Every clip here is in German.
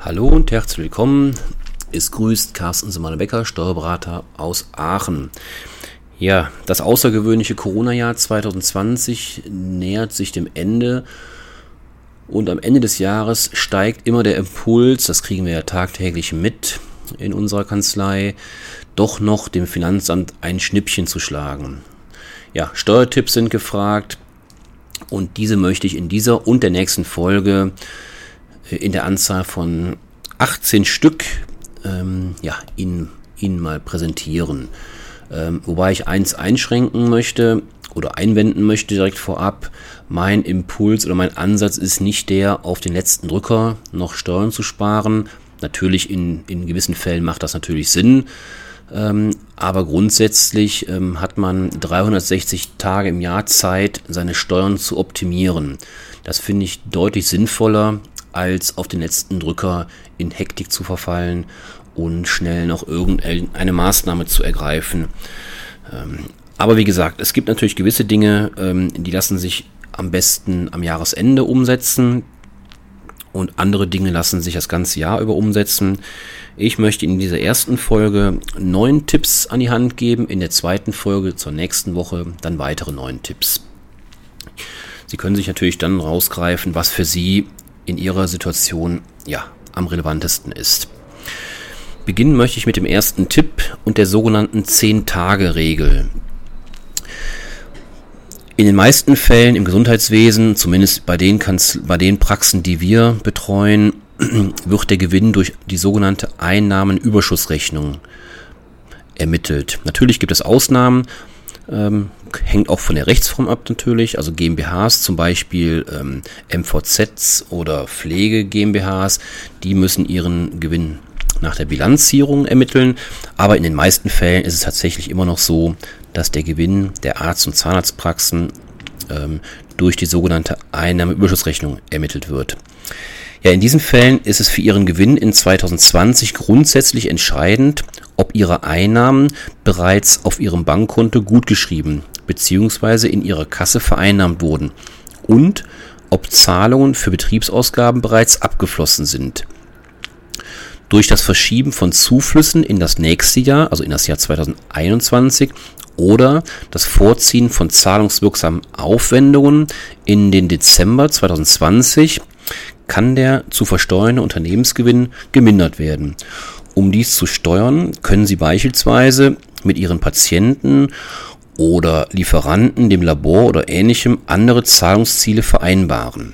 Hallo und herzlich willkommen. Es grüßt Carsten Simone-Becker, Steuerberater aus Aachen. Ja, das außergewöhnliche Corona-Jahr 2020 nähert sich dem Ende und am Ende des Jahres steigt immer der Impuls, das kriegen wir ja tagtäglich mit in unserer Kanzlei, doch noch dem Finanzamt ein Schnippchen zu schlagen. Ja, Steuertipps sind gefragt und diese möchte ich in dieser und der nächsten Folge in der Anzahl von 18 Stück Ihnen mal präsentieren. Wobei ich eins einschränken möchte oder einwenden möchte direkt vorab. Mein Impuls oder mein Ansatz ist nicht der, auf den letzten Drücker noch Steuern zu sparen. Natürlich in gewissen Fällen macht das natürlich Sinn. Aber grundsätzlich hat man 360 Tage im Jahr Zeit, seine Steuern zu optimieren. Das finde ich deutlich sinnvoller, als auf den letzten Drücker in Hektik zu verfallen und schnell noch irgendeine Maßnahme zu ergreifen. Aber wie gesagt, es gibt natürlich gewisse Dinge, die lassen sich am besten am Jahresende umsetzen und andere Dinge lassen sich das ganze Jahr über umsetzen. Ich möchte in dieser ersten Folge 9 Tipps an die Hand geben, in der zweiten Folge zur nächsten Woche dann weitere 9 Tipps. Sie können sich natürlich dann rausgreifen, was für Sie in Ihrer Situation am relevantesten ist. Beginnen möchte ich mit dem ersten Tipp und der sogenannten 10-Tage-Regel. In den meisten Fällen im Gesundheitswesen, zumindest bei den Praxen, die wir betreuen, wird der Gewinn durch die sogenannte Einnahmenüberschussrechnung ermittelt. Natürlich gibt es Ausnahmen, hängt auch von der Rechtsform ab natürlich, also GmbHs zum Beispiel, MVZs oder Pflege GmbHs, die müssen ihren Gewinn nach der Bilanzierung ermitteln, aber in den meisten Fällen ist es tatsächlich immer noch so, dass der Gewinn der Arzt- und Zahnarztpraxen durch die sogenannte Einnahmenüberschussrechnung ermittelt wird. Ja, in diesen Fällen ist es für Ihren Gewinn in 2020 grundsätzlich entscheidend, ob Ihre Einnahmen bereits auf Ihrem Bankkonto gutgeschrieben bzw. in Ihrer Kasse vereinnahmt wurden und ob Zahlungen für Betriebsausgaben bereits abgeflossen sind. Durch das Verschieben von Zuflüssen in das nächste Jahr, also in das Jahr 2021, oder das Vorziehen von zahlungswirksamen Aufwendungen in den Dezember 2020 kann der zu versteuernde Unternehmensgewinn gemindert werden. Um dies zu steuern, können Sie beispielsweise mit Ihren Patienten oder Lieferanten, dem Labor oder Ähnlichem andere Zahlungsziele vereinbaren.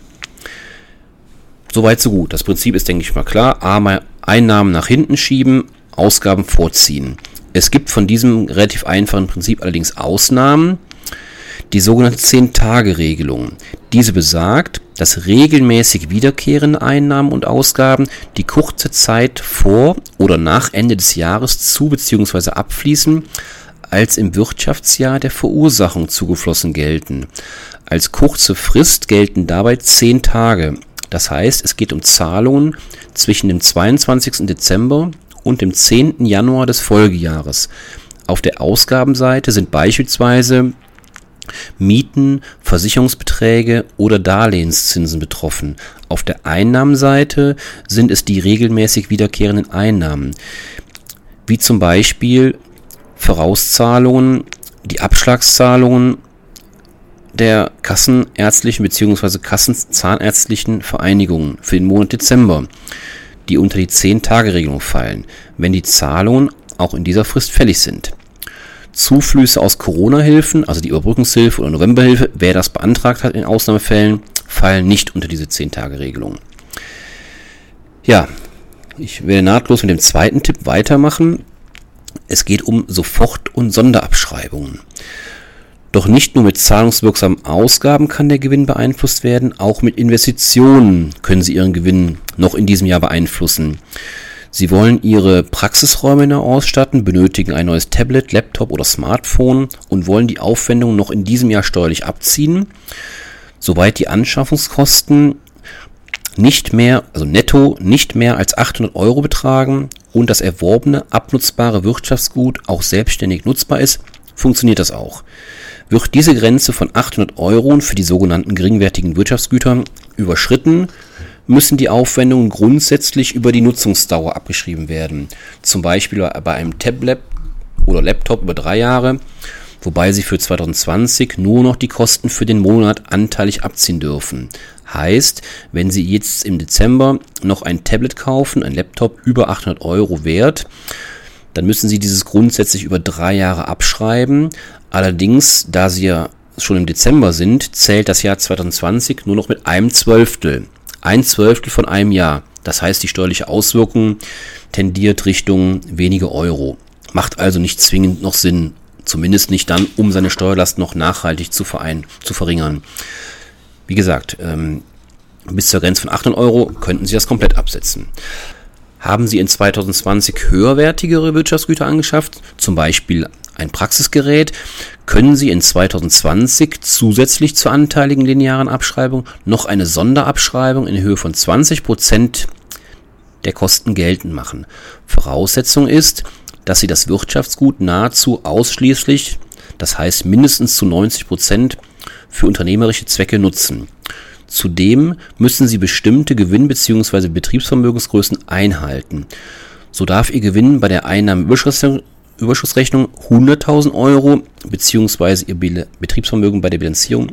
Soweit so gut. Das Prinzip ist, denke ich mal, klar. Einnahmen nach hinten schieben, Ausgaben vorziehen. Es gibt von diesem relativ einfachen Prinzip allerdings Ausnahmen. Die sogenannte 10-Tage-Regelung. Diese besagt, dass regelmäßig wiederkehrende Einnahmen und Ausgaben, die kurze Zeit vor oder nach Ende des Jahres zu bzw. abfließen, als im Wirtschaftsjahr der Verursachung zugeflossen gelten. Als kurze Frist gelten dabei 10 Tage. Das heißt, es geht um Zahlungen zwischen dem 22. Dezember und dem 10. Januar des Folgejahres. Auf der Ausgabenseite sind beispielsweise Mieten, Versicherungsbeträge oder Darlehenszinsen betroffen. Auf der Einnahmenseite sind es die regelmäßig wiederkehrenden Einnahmen, wie zum Beispiel Vorauszahlungen, die Abschlagszahlungen der kassenärztlichen bzw. kassenzahnärztlichen Vereinigungen für den Monat Dezember, die unter die 10-Tage-Regelung fallen, wenn die Zahlungen auch in dieser Frist fällig sind. Zuflüsse aus Corona-Hilfen, also die Überbrückungshilfe oder Novemberhilfe, wer das beantragt hat in Ausnahmefällen, fallen nicht unter diese 10-Tage-Regelung. Ja, ich werde nahtlos mit dem zweiten Tipp weitermachen. Es geht um Sofort- und Sonderabschreibungen. Doch nicht nur mit zahlungswirksamen Ausgaben kann der Gewinn beeinflusst werden, auch mit Investitionen können Sie Ihren Gewinn noch in diesem Jahr beeinflussen. Sie wollen Ihre Praxisräume neu ausstatten, benötigen ein neues Tablet, Laptop oder Smartphone und wollen die Aufwendungen noch in diesem Jahr steuerlich abziehen, soweit die Anschaffungskosten netto nicht mehr als 800 € betragen und das erworbene, abnutzbare Wirtschaftsgut auch selbstständig nutzbar ist, funktioniert das auch. Wird diese Grenze von 800 € für die sogenannten geringwertigen Wirtschaftsgüter überschritten, müssen die Aufwendungen grundsätzlich über die Nutzungsdauer abgeschrieben werden. Zum Beispiel bei einem Tablet oder Laptop über 3 Jahre, wobei Sie für 2020 nur noch die Kosten für den Monat anteilig abziehen dürfen. Heißt, wenn Sie jetzt im Dezember noch ein Tablet kaufen, ein Laptop über 800 € wert, dann müssen Sie dieses grundsätzlich über 3 Jahre abschreiben. Allerdings, da Sie ja schon im Dezember sind, zählt das Jahr 2020 nur noch mit einem Zwölftel. Ein Zwölftel von einem Jahr. Das heißt, die steuerliche Auswirkung tendiert Richtung wenige Euro. Macht also nicht zwingend noch Sinn. Zumindest nicht dann, um seine Steuerlast noch nachhaltig zu verringern. Wie gesagt, bis zur Grenze von 800 € könnten Sie das komplett absetzen. Haben Sie in 2020 höherwertigere Wirtschaftsgüter angeschafft, zum Beispiel ein Praxisgerät, können Sie in 2020 zusätzlich zur anteiligen linearen Abschreibung noch eine Sonderabschreibung in Höhe von 20% der Kosten geltend machen. Voraussetzung ist, dass Sie das Wirtschaftsgut nahezu ausschließlich, das heißt mindestens zu 90%, für unternehmerische Zwecke nutzen. Zudem müssen Sie bestimmte Gewinn- bzw. Betriebsvermögensgrößen einhalten. So darf Ihr Gewinn bei der Einnahmenüberschussrechnung 100.000 € bzw. Ihr Betriebsvermögen bei der Bilanzierung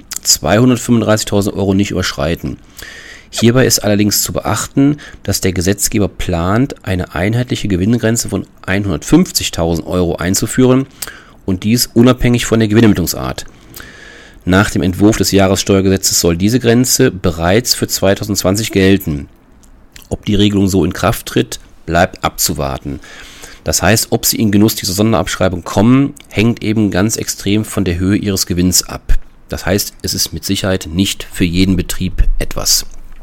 235.000 € nicht überschreiten. Hierbei ist allerdings zu beachten, dass der Gesetzgeber plant, eine einheitliche Gewinngrenze von 150.000 € einzuführen und dies unabhängig von der Gewinnermittlungsart. Nach dem Entwurf des Jahressteuergesetzes soll diese Grenze bereits für 2020 gelten. Ob die Regelung so in Kraft tritt, bleibt abzuwarten. Das heißt, ob Sie in Genuss dieser Sonderabschreibung kommen, hängt eben ganz extrem von der Höhe Ihres Gewinns ab. Das heißt, es ist mit Sicherheit nicht für jeden Betrieb etwas.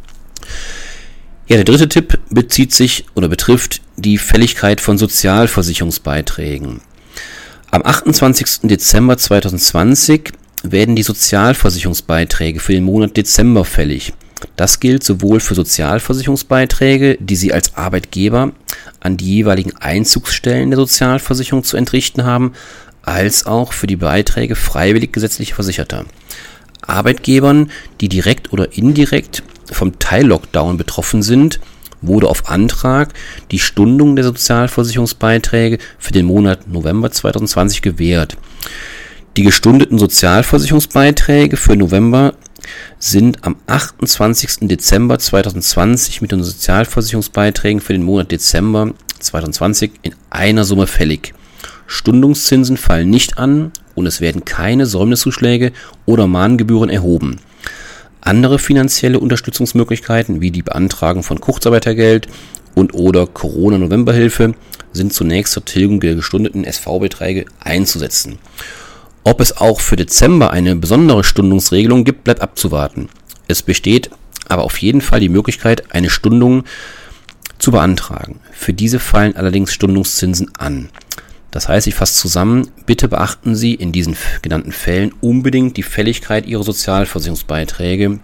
Ja, der dritte Tipp betrifft die Fälligkeit von Sozialversicherungsbeiträgen. Am 28. Dezember 2020 werden die Sozialversicherungsbeiträge für den Monat Dezember fällig. Das gilt sowohl für Sozialversicherungsbeiträge, die Sie als Arbeitgeber an die jeweiligen Einzugsstellen der Sozialversicherung zu entrichten haben, als auch für die Beiträge freiwillig gesetzlich Versicherter. Arbeitgebern, die direkt oder indirekt vom Teil-Lockdown betroffen sind, wurde auf Antrag die Stundung der Sozialversicherungsbeiträge für den Monat November 2020 gewährt. Die gestundeten Sozialversicherungsbeiträge für November sind am 28. Dezember 2020 mit den Sozialversicherungsbeiträgen für den Monat Dezember 2020 in einer Summe fällig. Stundungszinsen fallen nicht an und es werden keine Säumniszuschläge oder Mahngebühren erhoben. Andere finanzielle Unterstützungsmöglichkeiten wie die Beantragung von Kurzarbeitergeld und/oder Corona-Novemberhilfe sind zunächst zur Tilgung der gestundeten SV-Beträge einzusetzen. Ob es auch für Dezember eine besondere Stundungsregelung gibt, bleibt abzuwarten. Es besteht aber auf jeden Fall die Möglichkeit, eine Stundung zu beantragen. Für diese fallen allerdings Stundungszinsen an. Das heißt, ich fasse zusammen, bitte beachten Sie in diesen genannten Fällen unbedingt die Fälligkeit Ihrer Sozialversicherungsbeiträge,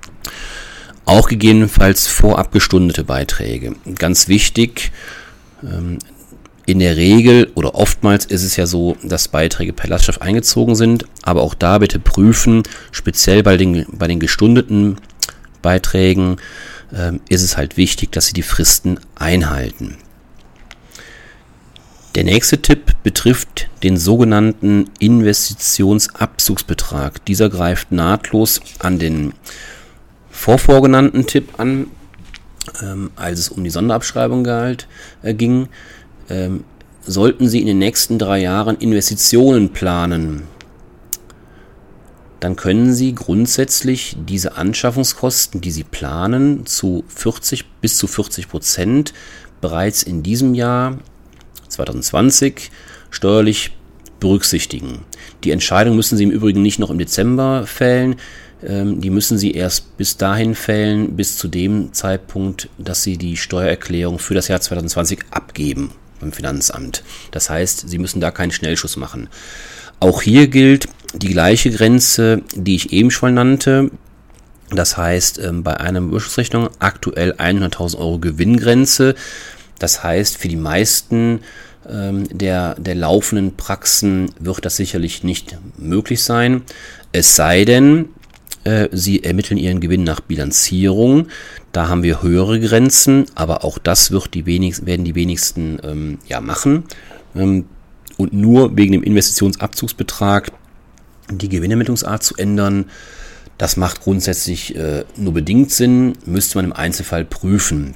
auch gegebenenfalls vorab gestundete Beiträge. Ganz wichtig, in der Regel oder oftmals ist es ja so, dass Beiträge per Lastschrift eingezogen sind, aber auch da bitte prüfen, speziell bei den gestundeten Beiträgen ist es halt wichtig, dass Sie die Fristen einhalten. Der nächste Tipp betrifft den sogenannten Investitionsabzugsbetrag. Dieser greift nahtlos an den vorgenannten Tipp an, als es um die Sonderabschreibung ging. Sollten Sie in den nächsten 3 Jahren Investitionen planen, dann können Sie grundsätzlich diese Anschaffungskosten, die Sie planen, zu 40% bereits in diesem Jahr 2020 steuerlich berücksichtigen. Die Entscheidung müssen Sie im Übrigen nicht noch im Dezember fällen, die müssen Sie erst bis dahin fällen, bis zu dem Zeitpunkt, dass Sie die Steuererklärung für das Jahr 2020 abgeben beim Finanzamt. Das heißt, Sie müssen da keinen Schnellschuss machen. Auch hier gilt die gleiche Grenze, die ich eben schon nannte. Das heißt, bei einer Überschussrechnung aktuell 100.000 € Gewinngrenze. Das heißt, für die meisten der laufenden Praxen wird das sicherlich nicht möglich sein. Es sei denn, Sie ermitteln Ihren Gewinn nach Bilanzierung. Da haben wir höhere Grenzen, aber auch das werden die wenigsten machen. Und nur wegen dem Investitionsabzugsbetrag die Gewinnermittlungsart zu ändern, das macht grundsätzlich nur bedingt Sinn, müsste man im Einzelfall prüfen.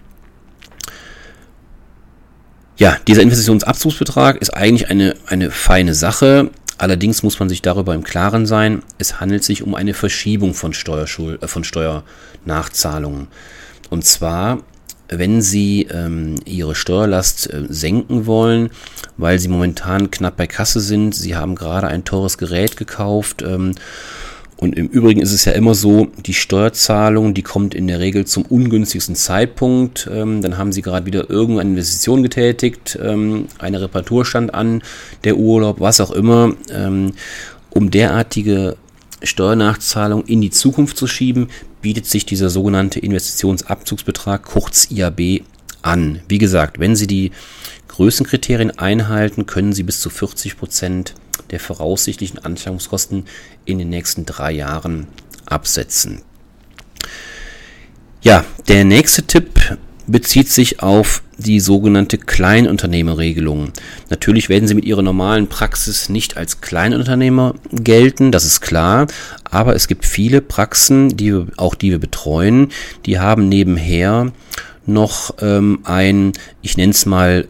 Ja, dieser Investitionsabzugsbetrag ist eigentlich eine feine Sache. Allerdings muss man sich darüber im Klaren sein, es handelt sich um eine Verschiebung von Steuernachzahlungen. Und zwar, wenn Sie Ihre Steuerlast senken wollen, weil Sie momentan knapp bei Kasse sind, Sie haben gerade ein teures Gerät gekauft, und im Übrigen ist es ja immer so, die Steuerzahlung, die kommt in der Regel zum ungünstigsten Zeitpunkt. Dann haben Sie gerade wieder irgendeine Investition getätigt, eine Reparatur stand an, der Urlaub, was auch immer. Um derartige Steuernachzahlung in die Zukunft zu schieben, bietet sich dieser sogenannte Investitionsabzugsbetrag, kurz IAB, an. Wie gesagt, wenn Sie die Größenkriterien einhalten, können Sie bis zu 40% der voraussichtlichen Anschaffungskosten in den nächsten 3 Jahren absetzen. Ja, der nächste Tipp bezieht sich auf die sogenannte Kleinunternehmerregelung. Natürlich werden Sie mit Ihrer normalen Praxis nicht als Kleinunternehmer gelten, das ist klar, aber es gibt viele Praxen, die wir betreuen, die haben nebenher noch ich nenne es mal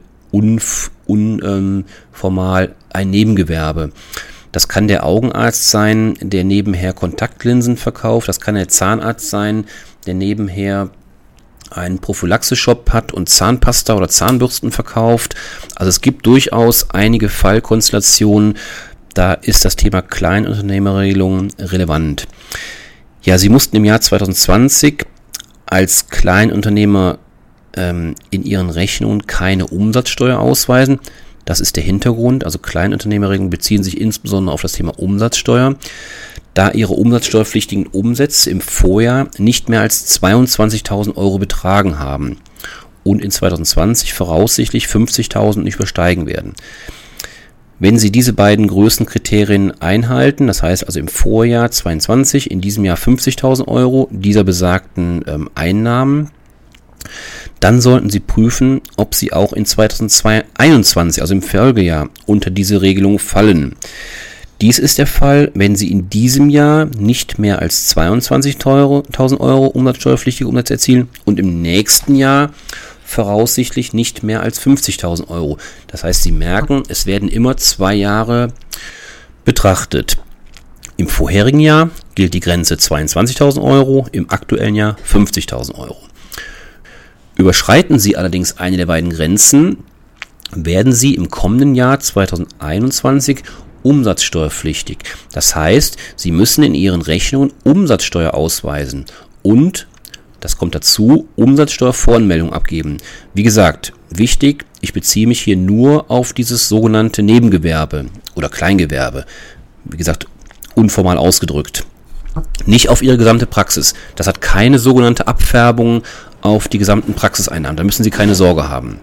formal ein Nebengewerbe. Das kann der Augenarzt sein, der nebenher Kontaktlinsen verkauft. Das kann der Zahnarzt sein, der nebenher einen Prophylaxe-Shop hat und Zahnpasta oder Zahnbürsten verkauft. Also es gibt durchaus einige Fallkonstellationen, da ist das Thema Kleinunternehmerregelung relevant. Ja, Sie mussten im Jahr 2020 als Kleinunternehmer in Ihren Rechnungen keine Umsatzsteuer ausweisen. Das ist der Hintergrund. Also Kleinunternehmerregelungen beziehen sich insbesondere auf das Thema Umsatzsteuer. Da Ihre umsatzsteuerpflichtigen Umsätze im Vorjahr nicht mehr als 22.000 Euro betragen haben und in 2020 voraussichtlich 50.000 nicht übersteigen werden. Wenn Sie diese beiden Größenkriterien einhalten, das heißt also im Vorjahr 22, in diesem Jahr 50.000 Euro dieser besagten Einnahmen, dann sollten Sie prüfen, ob Sie auch in 2021, also im Folgejahr, unter diese Regelung fallen. Dies ist der Fall, wenn Sie in diesem Jahr nicht mehr als 22.000 Euro umsatzsteuerpflichtige Umsätze erzielen und im nächsten Jahr voraussichtlich nicht mehr als 50.000 Euro. Das heißt, Sie merken, es werden immer 2 Jahre betrachtet. Im vorherigen Jahr gilt die Grenze 22.000 Euro, im aktuellen Jahr 50.000 Euro. Überschreiten Sie allerdings eine der beiden Grenzen, werden Sie im kommenden Jahr 2021 umsatzsteuerpflichtig. Das heißt, Sie müssen in Ihren Rechnungen Umsatzsteuer ausweisen und, das kommt dazu, Umsatzsteuervoranmeldung abgeben. Wie gesagt, wichtig, ich beziehe mich hier nur auf dieses sogenannte Nebengewerbe oder Kleingewerbe. Wie gesagt, unformal ausgedrückt. Nicht auf Ihre gesamte Praxis. Das hat keine sogenannte Abfärbung auf die gesamten Praxiseinnahmen. Da müssen Sie keine Sorge haben.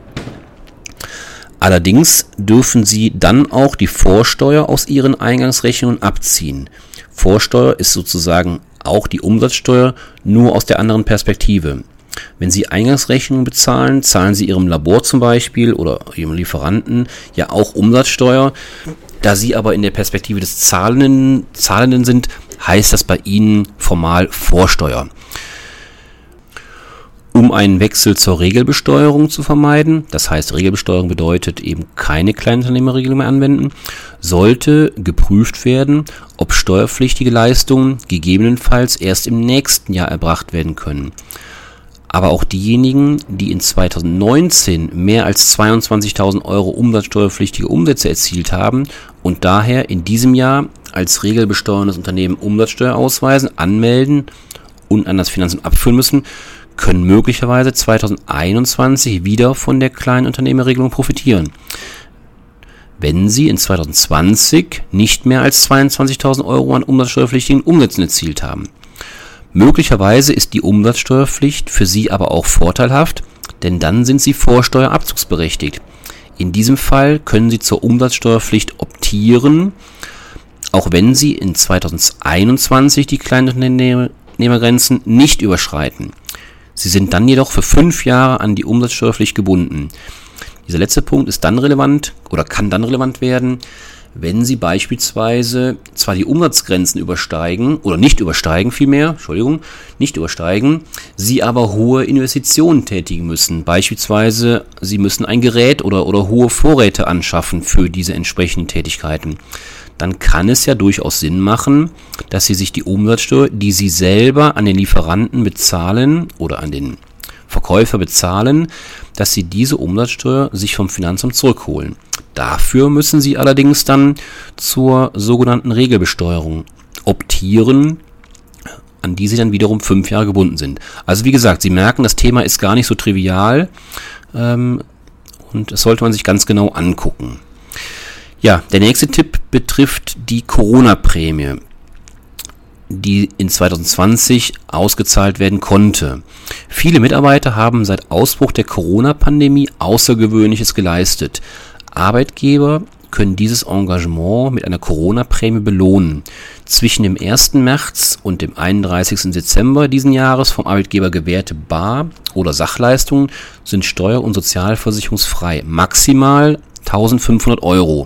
Allerdings dürfen Sie dann auch die Vorsteuer aus Ihren Eingangsrechnungen abziehen. Vorsteuer ist sozusagen auch die Umsatzsteuer, nur aus der anderen Perspektive. Wenn Sie Eingangsrechnungen bezahlen, zahlen Sie Ihrem Labor zum Beispiel oder Ihrem Lieferanten ja auch Umsatzsteuer. Da Sie aber in der Perspektive des Zahlenden sind, heißt das bei Ihnen formal Vorsteuer. Um einen Wechsel zur Regelbesteuerung zu vermeiden, das heißt Regelbesteuerung bedeutet eben keine Kleinunternehmerregelung mehr anwenden, sollte geprüft werden, ob steuerpflichtige Leistungen gegebenenfalls erst im nächsten Jahr erbracht werden können. Aber auch diejenigen, die in 2019 mehr als 22.000 Euro umsatzsteuerpflichtige Umsätze erzielt haben und daher in diesem Jahr als regelbesteuerndes Unternehmen Umsatzsteuer ausweisen, anmelden und an das Finanzamt abführen müssen, können möglicherweise 2021 wieder von der Kleinunternehmerregelung profitieren. Wenn Sie in 2020 nicht mehr als 22.000 Euro an umsatzsteuerpflichtigen Umsätzen erzielt haben. Möglicherweise ist die Umsatzsteuerpflicht für Sie aber auch vorteilhaft, denn dann sind Sie vorsteuerabzugsberechtigt. In diesem Fall können Sie zur Umsatzsteuerpflicht optieren, auch wenn sie in 2021 die Kleinunternehmergrenzen nicht überschreiten. Sie sind dann jedoch für 5 Jahre an die Umsatzsteuerpflicht gebunden. Dieser letzte Punkt ist dann relevant oder kann dann relevant werden, wenn Sie beispielsweise zwar die Umsatzgrenzen übersteigen oder nicht übersteigen, Sie aber hohe Investitionen tätigen müssen. Beispielsweise Sie müssen ein Gerät oder hohe Vorräte anschaffen für diese entsprechenden Tätigkeiten. Dann kann es ja durchaus Sinn machen, dass Sie sich die Umsatzsteuer, die Sie selber an den Lieferanten bezahlen oder an den Verkäufer bezahlen, dass Sie diese Umsatzsteuer sich vom Finanzamt zurückholen. Dafür müssen Sie allerdings dann zur sogenannten Regelbesteuerung optieren, an die Sie dann wiederum 5 Jahre gebunden sind. Also wie gesagt, Sie merken, das Thema ist gar nicht so trivial und das sollte man sich ganz genau angucken. Ja, der nächste Tipp betrifft die Corona-Prämie, die in 2020 ausgezahlt werden konnte. Viele Mitarbeiter haben seit Ausbruch der Corona-Pandemie Außergewöhnliches geleistet. Arbeitgeber können dieses Engagement mit einer Corona-Prämie belohnen. Zwischen dem 1. März und dem 31. Dezember diesen Jahres vom Arbeitgeber gewährte Bar- oder Sachleistungen sind steuer- und sozialversicherungsfrei. Maximal 1.500 €.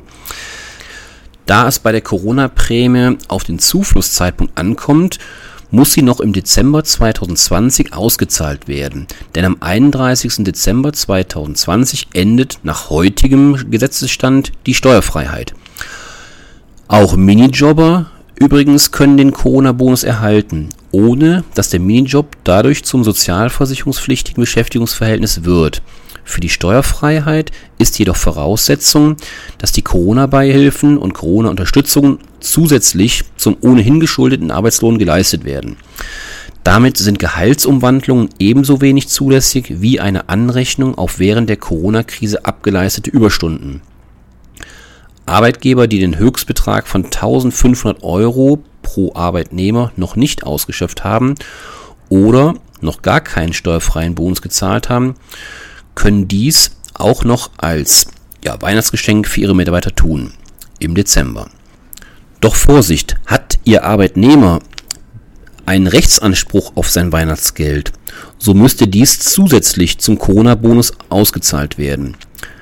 Da es bei der Corona-Prämie auf den Zuflusszeitpunkt ankommt, muss sie noch im Dezember 2020 ausgezahlt werden. Denn am 31. Dezember 2020 endet nach heutigem Gesetzesstand die Steuerfreiheit. Auch Minijobber übrigens können den Corona-Bonus erhalten, ohne dass der Minijob dadurch zum sozialversicherungspflichtigen Beschäftigungsverhältnis wird. Für die Steuerfreiheit ist jedoch Voraussetzung, dass die Corona-Beihilfen und Corona-Unterstützung zusätzlich zum ohnehin geschuldeten Arbeitslohn geleistet werden. Damit sind Gehaltsumwandlungen ebenso wenig zulässig wie eine Anrechnung auf während der Corona-Krise abgeleistete Überstunden. Arbeitgeber, die den Höchstbetrag von 1.500 € pro Arbeitnehmer noch nicht ausgeschöpft haben oder noch gar keinen steuerfreien Bonus gezahlt haben, können dies auch noch als Weihnachtsgeschenk für ihre Mitarbeiter tun im Dezember. Doch Vorsicht, hat Ihr Arbeitnehmer einen Rechtsanspruch auf sein Weihnachtsgeld, so müsste dies zusätzlich zum Corona-Bonus ausgezahlt werden.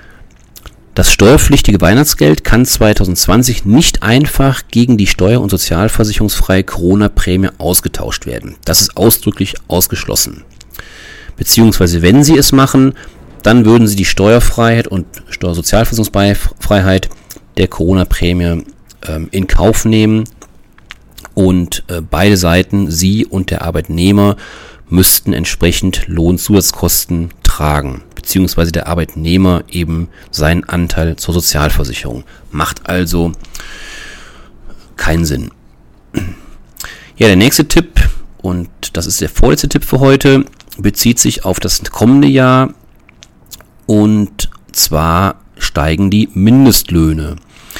Das steuerpflichtige Weihnachtsgeld kann 2020 nicht einfach gegen die steuer- und sozialversicherungsfreie Corona-Prämie ausgetauscht werden. Das ist ausdrücklich ausgeschlossen. Beziehungsweise wenn Sie es machen, dann würden Sie die Steuerfreiheit und Steuersozialversicherungsfreiheit der Corona-Prämie in Kauf nehmen und beide Seiten, Sie und der Arbeitnehmer, müssten entsprechend Lohnzusatzkosten tragen, beziehungsweise der Arbeitnehmer eben seinen Anteil zur Sozialversicherung. Macht also keinen Sinn. Ja, der nächste Tipp, und das ist der vorletzte Tipp für heute, bezieht sich auf das kommende Jahr, und zwar steigen die Mindestlöhne.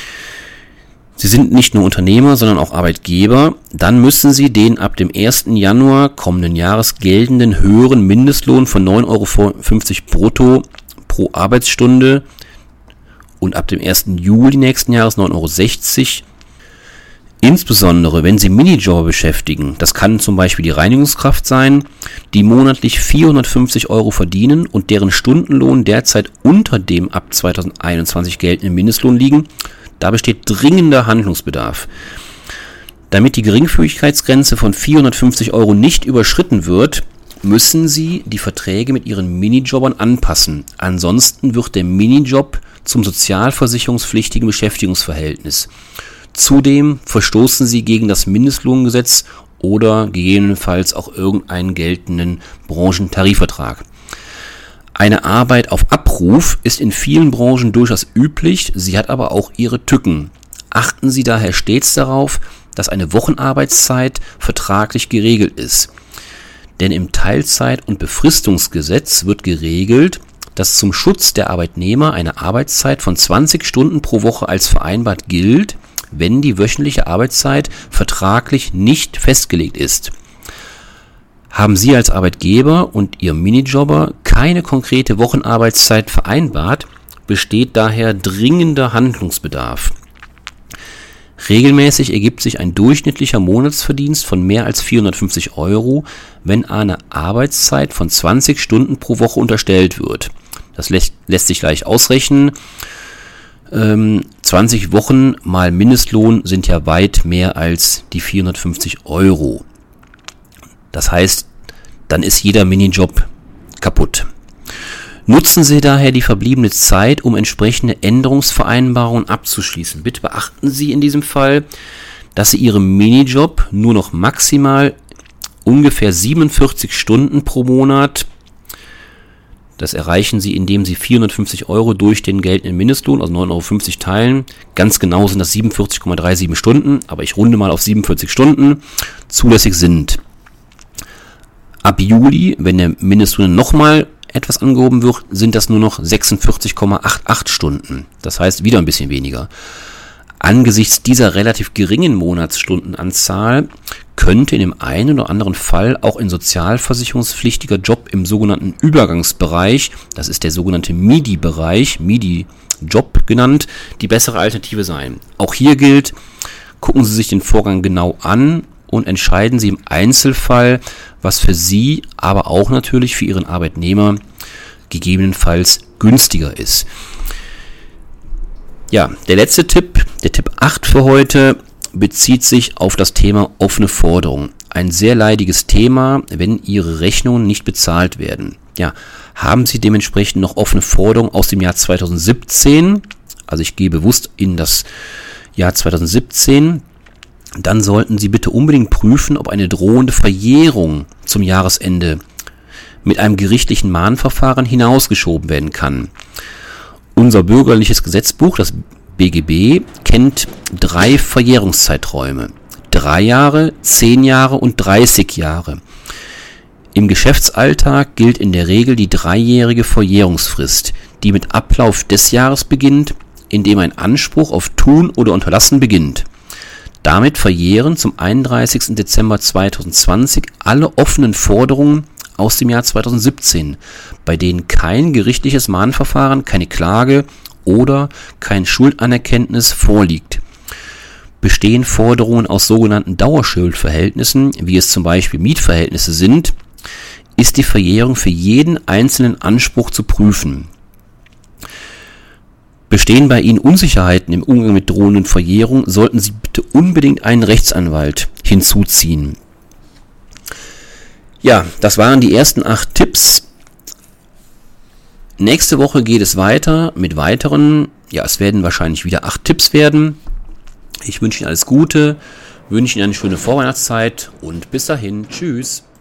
Sie sind nicht nur Unternehmer, sondern auch Arbeitgeber. Dann müssen Sie den ab dem 1. Januar kommenden Jahres geltenden höheren Mindestlohn von 9,50 € brutto pro Arbeitsstunde und ab dem 1. Juli nächsten Jahres 9,60 €. Insbesondere wenn Sie Minijobber beschäftigen, das kann zum Beispiel die Reinigungskraft sein, die monatlich 450 € verdienen und deren Stundenlohn derzeit unter dem ab 2021 geltenden Mindestlohn liegen, da besteht dringender Handlungsbedarf. Damit die Geringfügigkeitsgrenze von 450 € nicht überschritten wird, müssen Sie die Verträge mit Ihren Minijobbern anpassen. Ansonsten wird der Minijob zum sozialversicherungspflichtigen Beschäftigungsverhältnis. Zudem verstoßen Sie gegen das Mindestlohngesetz oder gegebenenfalls auch irgendeinen geltenden Branchentarifvertrag. Eine Arbeit auf Abruf ist in vielen Branchen durchaus üblich, sie hat aber auch ihre Tücken. Achten Sie daher stets darauf, dass eine Wochenarbeitszeit vertraglich geregelt ist. Denn im Teilzeit- und Befristungsgesetz wird geregelt, dass zum Schutz der Arbeitnehmer eine Arbeitszeit von 20 Stunden pro Woche als vereinbart gilt, wenn die wöchentliche Arbeitszeit vertraglich nicht festgelegt ist. Haben Sie als Arbeitgeber und Ihr Minijobber keine konkrete Wochenarbeitszeit vereinbart, besteht daher dringender Handlungsbedarf. Regelmäßig ergibt sich ein durchschnittlicher Monatsverdienst von mehr als 450 Euro, wenn eine Arbeitszeit von 20 Stunden pro Woche unterstellt wird. Das lässt sich leicht ausrechnen. 20 Wochen mal Mindestlohn sind ja weit mehr als die 450 Euro. Das heißt, dann ist jeder Minijob kaputt. Nutzen Sie daher die verbliebene Zeit, um entsprechende Änderungsvereinbarungen abzuschließen. Bitte beachten Sie in diesem Fall, dass Sie Ihrem Minijob nur noch maximal ungefähr 47 Stunden pro Monat, das erreichen Sie, indem Sie 450 Euro durch den geltenden Mindestlohn, also 9,50 Euro teilen. Ganz genau sind das 47,37 Stunden, aber ich runde mal auf 47 Stunden, zulässig sind. Ab Juli, wenn der Mindestlohn nochmal etwas angehoben wird, sind das nur noch 46,88 Stunden. Das heißt, wieder ein bisschen weniger. Angesichts dieser relativ geringen Monatsstundenanzahl könnte in dem einen oder anderen Fall auch ein sozialversicherungspflichtiger Job im sogenannten Übergangsbereich, das ist der sogenannte MIDI-Bereich, MIDI-Job genannt, die bessere Alternative sein. Auch hier gilt, gucken Sie sich den Vorgang genau an und entscheiden Sie im Einzelfall, was für Sie, aber auch natürlich für Ihren Arbeitnehmer gegebenenfalls günstiger ist. Ja, der letzte Tipp, der Tipp 8 für heute, bezieht sich auf das Thema offene Forderungen. Ein sehr leidiges Thema, wenn Ihre Rechnungen nicht bezahlt werden. Ja, haben Sie dementsprechend noch offene Forderungen aus dem Jahr 2017, also ich gehe bewusst in das Jahr 2017, dann sollten Sie bitte unbedingt prüfen, ob eine drohende Verjährung zum Jahresende mit einem gerichtlichen Mahnverfahren hinausgeschoben werden kann. Unser bürgerliches Gesetzbuch, das BGB, kennt 3 Verjährungszeiträume. 3 Jahre, 10 Jahre und 30 Jahre. Im Geschäftsalltag gilt in der Regel die 3-jährige Verjährungsfrist, die mit Ablauf des Jahres beginnt, in dem ein Anspruch auf Tun oder Unterlassen beginnt. Damit verjähren zum 31. Dezember 2020 alle offenen Forderungen aus dem Jahr 2017, bei denen kein gerichtliches Mahnverfahren, keine Klage oder kein Schuldanerkenntnis vorliegt. Bestehen Forderungen aus sogenannten Dauerschuldverhältnissen, wie es zum Beispiel Mietverhältnisse sind, ist die Verjährung für jeden einzelnen Anspruch zu prüfen. Bestehen bei Ihnen Unsicherheiten im Umgang mit drohenden Verjährungen, sollten Sie bitte unbedingt einen Rechtsanwalt hinzuziehen. Ja, das waren die ersten 8 Tipps. Nächste Woche geht es weiter mit weiteren, es werden wahrscheinlich wieder 8 Tipps werden. Ich wünsche Ihnen alles Gute, wünsche Ihnen eine schöne Vorweihnachtszeit und bis dahin, tschüss.